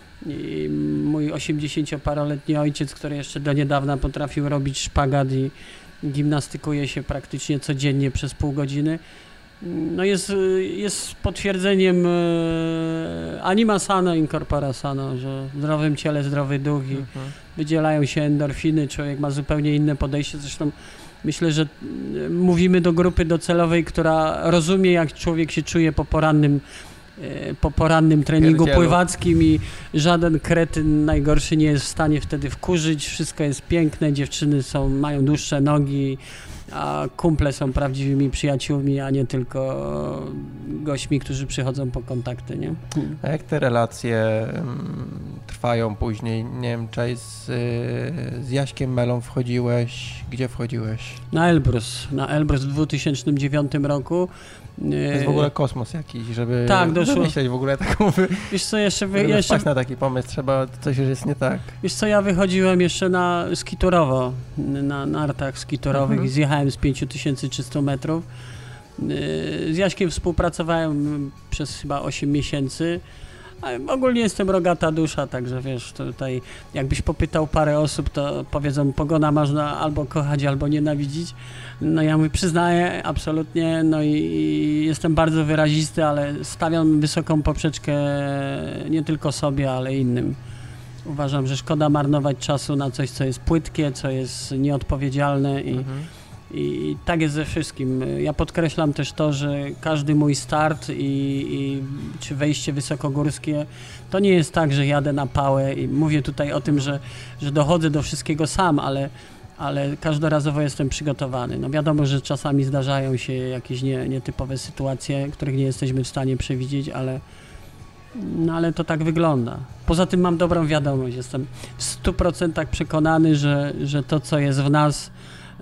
i mój osiemdziesięcioparoletni ojciec, który jeszcze do niedawna potrafił robić szpagat i gimnastykuje się praktycznie codziennie przez pół godziny, no jest, jest potwierdzeniem e, anima sano in corpore sano, że w zdrowym ciele zdrowy duch i Mhm. wydzielają się endorfiny, człowiek ma zupełnie inne podejście. Zresztą myślę, że e, mówimy do grupy docelowej, która rozumie, jak człowiek się czuje po porannym, e, po porannym treningu Pierdzielu. pływackim i żaden kretyn najgorszy nie jest w stanie wtedy wkurzyć. Wszystko jest piękne, dziewczyny są, mają dłuższe nogi, a kumple są prawdziwymi przyjaciółmi, a nie tylko gośćmi, którzy przychodzą po kontakty, nie? A jak te relacje mm, trwają później? Nie wiem, czy z, y, z Jaśkiem Melą wchodziłeś? Gdzie wchodziłeś? Na Elbrus, na Elbrus w dwa tysiące dziewiątym roku. To jest w ogóle kosmos jakiś, żeby Tak, doszło. wymyśleć w ogóle taką, wy... Wiesz co, jeszcze, wy, żeby jeszcze wpaść na taki pomysł, trzeba, coś już jest nie tak. wiesz co, ja wychodziłem jeszcze na skiturowo, na nartach skiturowych Mhm. i zjechałem z pięć tysięcy trzysta metrów. Yy, Z Jaśkiem współpracowałem przez chyba osiem miesięcy. A ogólnie jestem rogata dusza, także wiesz, tutaj jakbyś popytał parę osób, to powiedzą, pogona można albo kochać, albo nienawidzić. No ja mu przyznaję absolutnie, no i, i jestem bardzo wyrazisty, ale stawiam wysoką poprzeczkę nie tylko sobie, ale innym. Uważam, że szkoda marnować czasu na coś, co jest płytkie, co jest nieodpowiedzialne i Mhm. I tak jest ze wszystkim. Ja podkreślam też to, że każdy mój start i, i czy wejście wysokogórskie to nie jest tak, że jadę na pałę i mówię tutaj o tym, że, że dochodzę do wszystkiego sam, ale, ale każdorazowo jestem przygotowany. No wiadomo, że czasami zdarzają się jakieś nie, nietypowe sytuacje, których nie jesteśmy w stanie przewidzieć, ale, no ale to tak wygląda. Poza tym mam dobrą wiadomość. Jestem w stu procentach przekonany, że, że to, co jest w nas,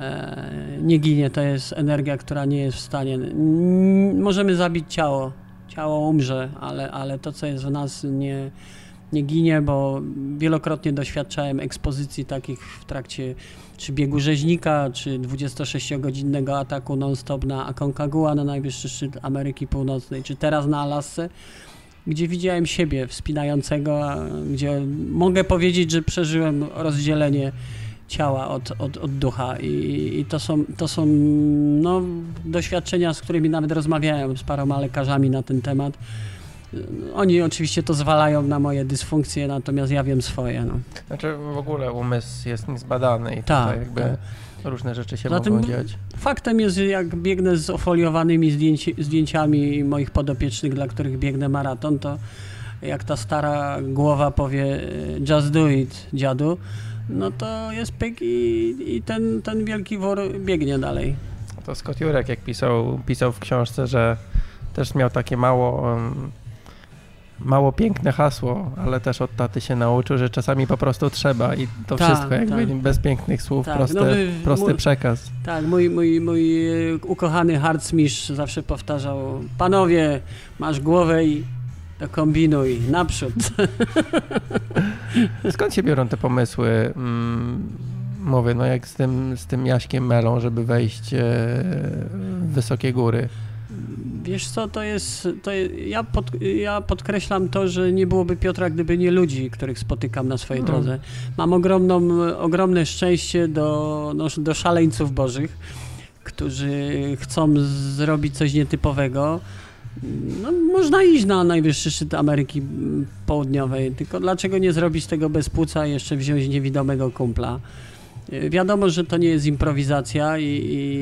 nie ginie, to jest energia, która nie jest w stanie. Możemy zabić ciało ciało umrze, ale, ale to, co jest w nas, nie, nie ginie, bo wielokrotnie doświadczałem ekspozycji takich w trakcie czy biegu rzeźnika, czy dwudziestosześciogodzinnego ataku non-stop na Aconcagua, na najwyższy szczyt Ameryki Północnej, czy teraz na Alasce, gdzie widziałem siebie wspinającego, gdzie mogę powiedzieć, że przeżyłem rozdzielenie ciała od, od, od ducha i, i to są, to są no, doświadczenia, z którymi nawet rozmawiałem z paroma lekarzami na ten temat. Oni oczywiście to zwalają na moje dysfunkcje, natomiast ja wiem swoje. No. Znaczy w ogóle umysł jest niezbadany i tak, tutaj jakby tak. różne rzeczy się Zatem mogą dziać. Faktem jest, jak biegnę z ofoliowanymi zdjęci, zdjęciami moich podopiecznych, dla których biegnę maraton, to jak ta stara głowa powie just do it, dziadu, no to jest pyk i, i ten, ten wielki wór biegnie dalej. To Scott Jurek, jak pisał, pisał w książce, że też miał takie mało, um, mało piękne hasło, ale też od taty się nauczył, że czasami po prostu trzeba i to tak, wszystko jakby tak. bez pięknych słów, tak, prosty, no my, prosty mój, przekaz. Tak, mój, mój, mój ukochany harcmistrz zawsze powtarzał: panowie, masz głowę i to kombinuj, naprzód. Skąd się biorą te pomysły? Mm, mówię, no jak z tym, z tym Jaśkiem Melą, żeby wejść e, w wysokie góry. Wiesz co, to jest, to jest ja, pod, ja podkreślam to, że nie byłoby Piotra, gdyby nie ludzi, których spotykam na swojej no. drodze. Mam ogromną, ogromne szczęście do, no, do szaleńców bożych, którzy chcą zrobić coś nietypowego. No, można iść na najwyższy szczyt Ameryki Południowej, tylko dlaczego nie zrobić tego bez płuca i jeszcze wziąć niewidomego kumpla? Wiadomo, że to nie jest improwizacja i,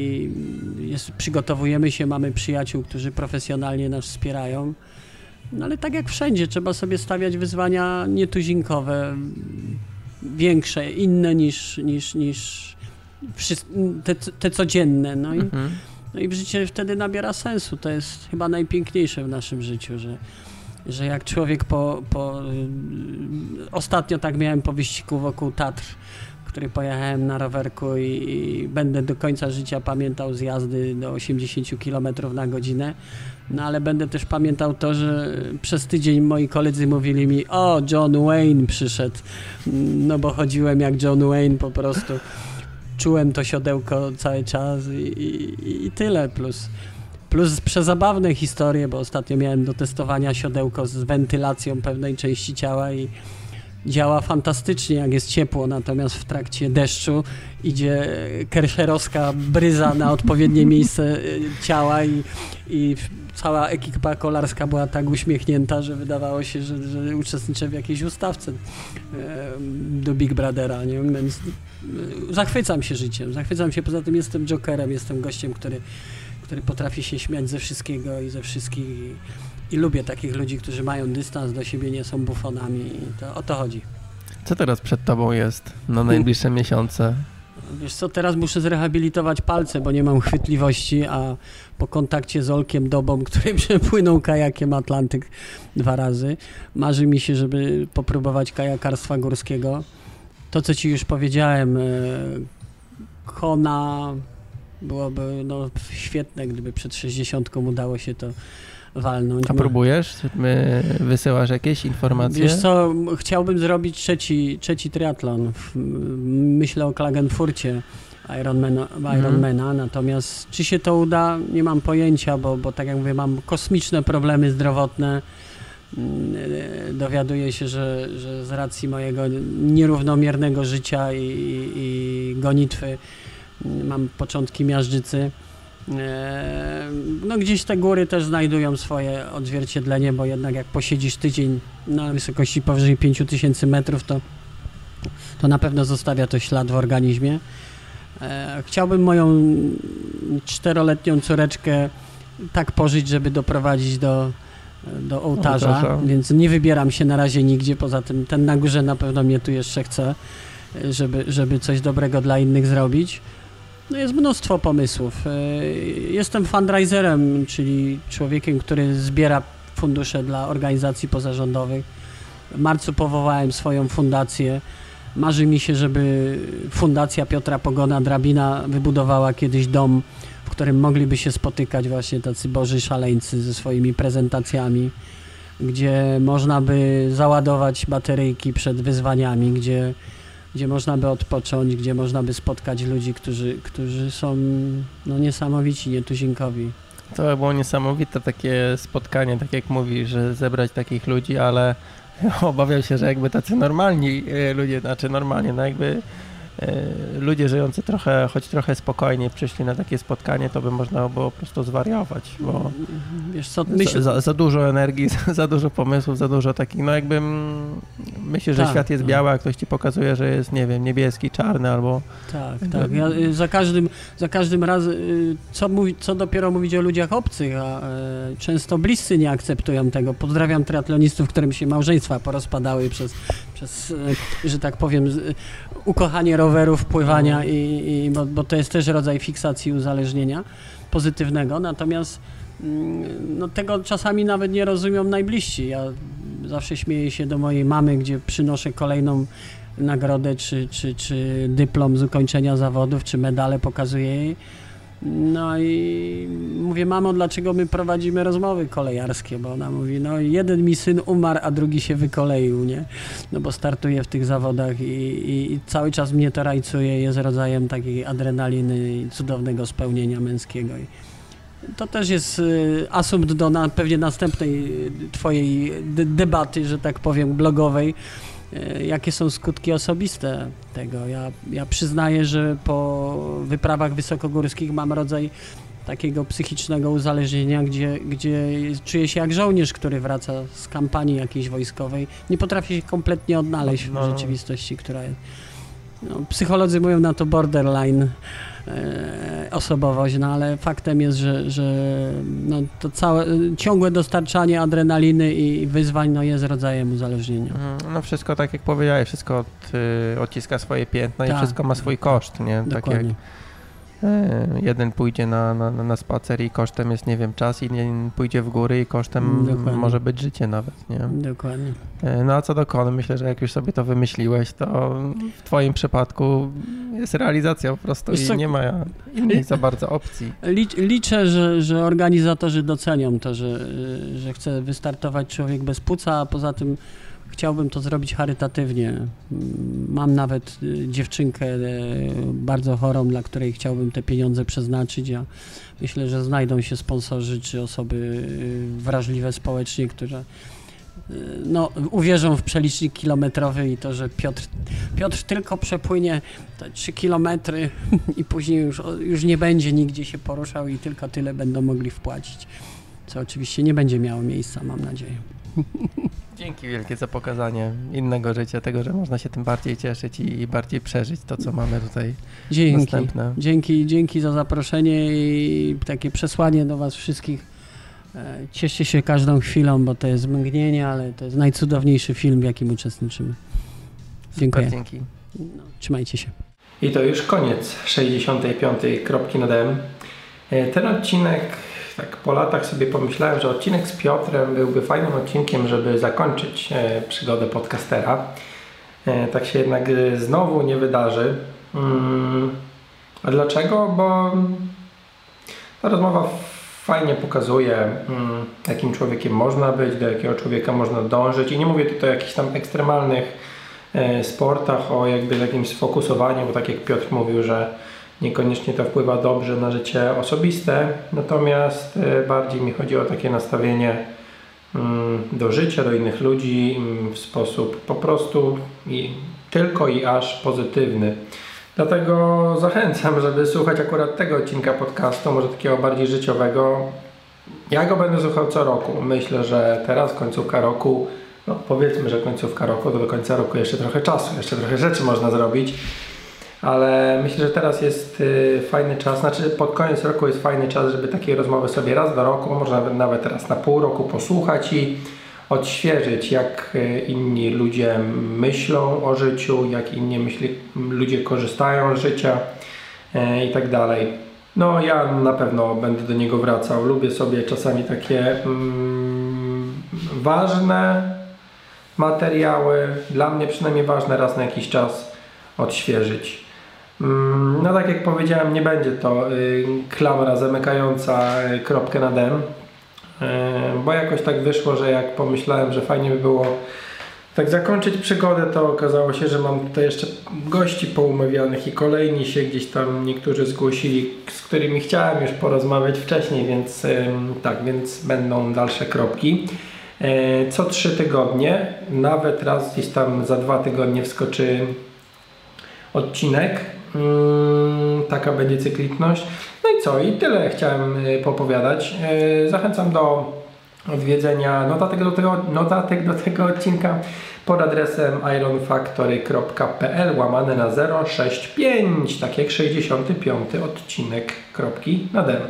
i jest, przygotowujemy się, mamy przyjaciół, którzy profesjonalnie nas wspierają, no ale tak jak wszędzie, trzeba sobie stawiać wyzwania nietuzinkowe, większe, inne niż, niż, niż te, te codzienne, no i, mhm. no i życie wtedy nabiera sensu. To jest chyba najpiękniejsze w naszym życiu, że, że jak człowiek po, po... Ostatnio tak miałem po wyścigu wokół Tatr, który pojechałem na rowerku i, i będę do końca życia pamiętał z jazdy do osiemdziesiąt kilometrów na godzinę, no ale będę też pamiętał to, że przez tydzień moi koledzy mówili mi: o, John Wayne przyszedł, no bo chodziłem jak John Wayne po prostu, czułem to siodełko cały czas i, i, i tyle, plus, plus przezabawne historie, bo ostatnio miałem do testowania siodełko z wentylacją pewnej części ciała i działa fantastycznie, jak jest ciepło, natomiast w trakcie deszczu idzie kerszerowska bryza na odpowiednie miejsce ciała i, i cała ekipa kolarska była tak uśmiechnięta, że wydawało się, że, że uczestniczę w jakiejś ustawce do Big Brothera, nie? Więc zachwycam się życiem, zachwycam się, poza tym jestem jokerem, jestem gościem, który, który potrafi się śmiać ze wszystkiego i ze wszystkich. I lubię takich ludzi, którzy mają dystans do siebie, nie są bufonami i to, o to chodzi. Co teraz przed tobą jest na najbliższe miesiące? Wiesz co, teraz muszę zrehabilitować palce, bo nie mam chwytliwości, a po kontakcie z Olkiem Dobą, który przepłynął kajakiem Atlantyk dwa razy, marzy mi się, żeby popróbować kajakarstwa górskiego. To, co ci już powiedziałem, Kona byłoby no, świetne, gdyby przed sześćdziesiątką udało się to walnąć. A próbujesz? Wysyłasz jakieś informacje? Wiesz co, chciałbym zrobić trzeci, trzeci triatlon. Myślę o Klagenfurcie Ironmana, Ironmana mm. natomiast czy się to uda, nie mam pojęcia, bo, bo tak jak mówię, mam kosmiczne problemy zdrowotne. Dowiaduję się, że, że z racji mojego nierównomiernego życia i, i, i gonitwy mam początki miażdżycy. No gdzieś te góry też znajdują swoje odzwierciedlenie, bo jednak jak posiedzisz tydzień na wysokości powyżej pięć tysięcy metrów, to, to na pewno zostawia to ślad w organizmie. Chciałbym moją czteroletnią córeczkę tak pożyć, żeby doprowadzić do, do ołtarza, ołtarza, więc nie wybieram się na razie nigdzie, poza tym ten na górze na pewno mnie tu jeszcze chce, żeby, żeby coś dobrego dla innych zrobić. No jest mnóstwo pomysłów. Jestem fundraiserem, czyli człowiekiem, który zbiera fundusze dla organizacji pozarządowych. W marcu powołałem swoją fundację. Marzy mi się, żeby Fundacja Piotra Pogona Drabina wybudowała kiedyś dom, w w którym mogliby się spotykać właśnie tacy boży szaleńcy ze swoimi prezentacjami, gdzie można by załadować bateryjki przed wyzwaniami, gdzie, gdzie można by odpocząć, gdzie można by spotkać ludzi, którzy, którzy są no, niesamowici, nietuzinkowi. To by było niesamowite takie spotkanie, tak jak mówisz, że zebrać takich ludzi, ale obawiam się, że jakby tacy normalni ludzie, znaczy normalnie, no jakby ludzie żyjący trochę, choć trochę spokojniej przyszli na takie spotkanie, to by można było po prostu zwariować, bo wiesz co, myśl... za, za dużo energii, za dużo pomysłów, za dużo takich, no jakby myślę, że tak, świat jest biały, a ktoś ci pokazuje, że jest, nie wiem, niebieski, czarny albo... Tak, tak. Ja za każdym, za każdym razem, co, mówi, co dopiero mówić o ludziach obcych, a e, często bliscy nie akceptują tego. Pozdrawiam triatlonistów, którym się małżeństwa porozpadały przez, przez e, że tak powiem, ukochanie rowerów, pływania, i, i, bo, bo to jest też rodzaj fiksacji uzależnienia pozytywnego, natomiast no, tego czasami nawet nie rozumią najbliżsi. Ja zawsze śmieję się do mojej mamy, gdzie przynoszę kolejną nagrodę, czy, czy, czy dyplom z ukończenia zawodów, czy medale pokazuję jej. No i mówię, mamo, dlaczego my prowadzimy rozmowy kolejarskie, bo ona mówi, no jeden mi syn umarł, a drugi się wykoleił, nie? No bo startuje w tych zawodach i, i, i cały czas mnie to rajcuje, jest rodzajem takiej adrenaliny i cudownego spełnienia męskiego. I to też jest asumpt do na, pewnie następnej twojej de- debaty, że tak powiem, blogowej. Jakie są skutki osobiste tego? Ja, ja przyznaję, że po wyprawach wysokogórskich mam rodzaj takiego psychicznego uzależnienia, gdzie, gdzie czuję się jak żołnierz, który wraca z kampanii jakiejś wojskowej. Nie potrafię się kompletnie odnaleźć w rzeczywistości, która jest. No, psycholodzy mówią na to borderline e, osobowość, no ale faktem jest, że, że no, to całe, ciągłe dostarczanie adrenaliny i wyzwań no, jest rodzajem uzależnienia. No wszystko tak jak powiedziałeś, wszystko od, y, odciska swoje piętno tak. i wszystko ma swój koszt, nie? Tak jak y, jeden pójdzie na, na, na spacer i kosztem jest, nie wiem, czas, inny pójdzie w góry i kosztem Dokładnie. może być życie nawet, nie? Dokładnie. No a co do Kony, myślę, że jak już sobie to wymyśliłeś, to w twoim przypadku jest realizacja po prostu i nie ma innych za bardzo opcji. Liczę, że, że organizatorzy docenią to, że, że chce wystartować Człowiek bez płuca, a poza tym chciałbym to zrobić charytatywnie. Mam nawet dziewczynkę bardzo chorą, dla której chciałbym te pieniądze przeznaczyć. Ja myślę, że znajdą się sponsorzy czy osoby wrażliwe społecznie, które no, uwierzą w przelicznik kilometrowy i to, że Piotr, Piotr tylko przepłynie te trzy kilometry i później już, już nie będzie nigdzie się poruszał i tylko tyle będą mogli wpłacić. Co oczywiście nie będzie miało miejsca, mam nadzieję. Dzięki wielkie za pokazanie innego życia, tego, że można się tym bardziej cieszyć i bardziej przeżyć to, co mamy tutaj dzięki, następne. Dzięki, dzięki za zaproszenie i takie przesłanie do was wszystkich. Cieszcie się każdą chwilą, bo to jest mgnienie, ale to jest najcudowniejszy film, w jakim uczestniczymy. Dziękuję. Super, dzięki. No, trzymajcie się. I to już koniec sześćdziesiątej piątej kropki nad M. Ten odcinek, tak po latach sobie pomyślałem, że odcinek z Piotrem byłby fajnym odcinkiem, żeby zakończyć e, przygodę podcastera. E, tak się jednak e, znowu nie wydarzy. Mm, a dlaczego? Bo ta rozmowa fajnie pokazuje, mm, jakim człowiekiem można być, do jakiego człowieka można dążyć. I nie mówię tutaj o jakichś tam ekstremalnych e, sportach, o jakby jakimś sfokusowaniu, bo tak jak Piotr mówił, że niekoniecznie to wpływa dobrze na życie osobiste, natomiast bardziej mi chodzi o takie nastawienie do życia, do innych ludzi w sposób po prostu i tylko i aż pozytywny. Dlatego zachęcam, żeby słuchać akurat tego odcinka podcastu, może takiego bardziej życiowego. Ja go będę słuchał co roku. Myślę, że teraz końcówka roku, no powiedzmy, że końcówka roku, to do końca roku jeszcze trochę czasu, jeszcze trochę rzeczy można zrobić. Ale myślę, że teraz jest y, fajny czas, znaczy pod koniec roku jest fajny czas, żeby takie rozmowy sobie raz do roku, może nawet, nawet raz na pół roku posłuchać i odświeżyć, jak y, inni ludzie myślą o życiu, jak inni myśli, ludzie korzystają z życia y, i tak dalej. No ja na pewno będę do niego wracał. Lubię sobie czasami takie mm, ważne materiały, dla mnie przynajmniej ważne, raz na jakiś czas odświeżyć. No tak jak powiedziałem, nie będzie to klamra zamykająca kropkę nad M, bo jakoś tak wyszło, że jak pomyślałem, że fajnie by było tak zakończyć przygodę, to okazało się, że mam tutaj jeszcze gości poumawianych i kolejni się gdzieś tam niektórzy zgłosili, z którymi chciałem już porozmawiać wcześniej, więc tak, więc będą dalsze kropki. Co trzy tygodnie, nawet raz gdzieś tam za dwa tygodnie wskoczy odcinek. Taka będzie cykliczność. No i co? I tyle chciałem popowiadać. Zachęcam do odwiedzenia notatek do tego, notatek do tego odcinka pod adresem ironfactory kropka p l łamane na zero sześć pięć, tak jak sześćdziesiąty piąty odcinek kropki nad M.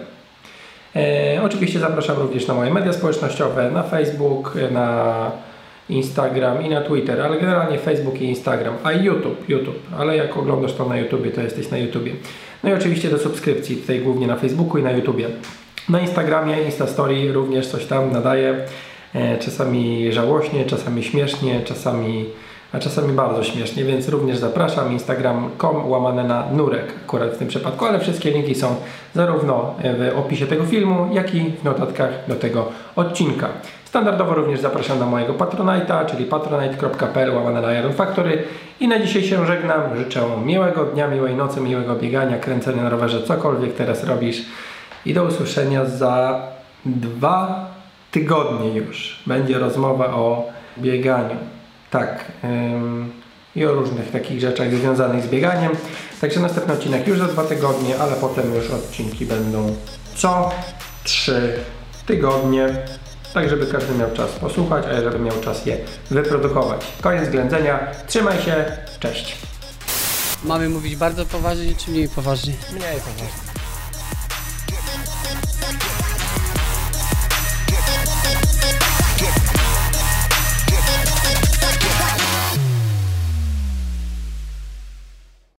E, oczywiście zapraszam również na moje media społecznościowe, na Facebook, na Instagram i na Twitter, ale generalnie Facebook i Instagram, a YouTube, YouTube, ale jak oglądasz to na YouTubie, to jesteś na YouTubie. No i oczywiście do subskrypcji, tutaj głównie na Facebooku i na YouTubie. Na Instagramie, Instastory również coś tam nadaję, e, czasami żałośnie, czasami śmiesznie, czasami, a czasami bardzo śmiesznie, więc również zapraszam, instagram kropka com łamane na nurek akurat w tym przypadku, ale wszystkie linki są zarówno w opisie tego filmu, jak i w notatkach do tego odcinka. Standardowo również zapraszam na mojego Patronite'a, czyli patronite kropka p l łamane na Iron Factory. I na dzisiaj się żegnam. Życzę miłego dnia, miłej nocy, miłego biegania, kręcenia na rowerze, cokolwiek teraz robisz. I do usłyszenia za dwa tygodnie już. Będzie rozmowa o bieganiu. Tak. Ym, I o różnych takich rzeczach związanych z bieganiem. Także następny odcinek już za dwa tygodnie, ale potem już odcinki będą co trzy tygodnie. Tak, żeby każdy miał czas posłuchać, a żeby miał czas je wyprodukować. Koniec ględzenia. Trzymaj się. Cześć. Mamy mówić bardzo poważnie, czy mniej poważnie? Mniej poważnie.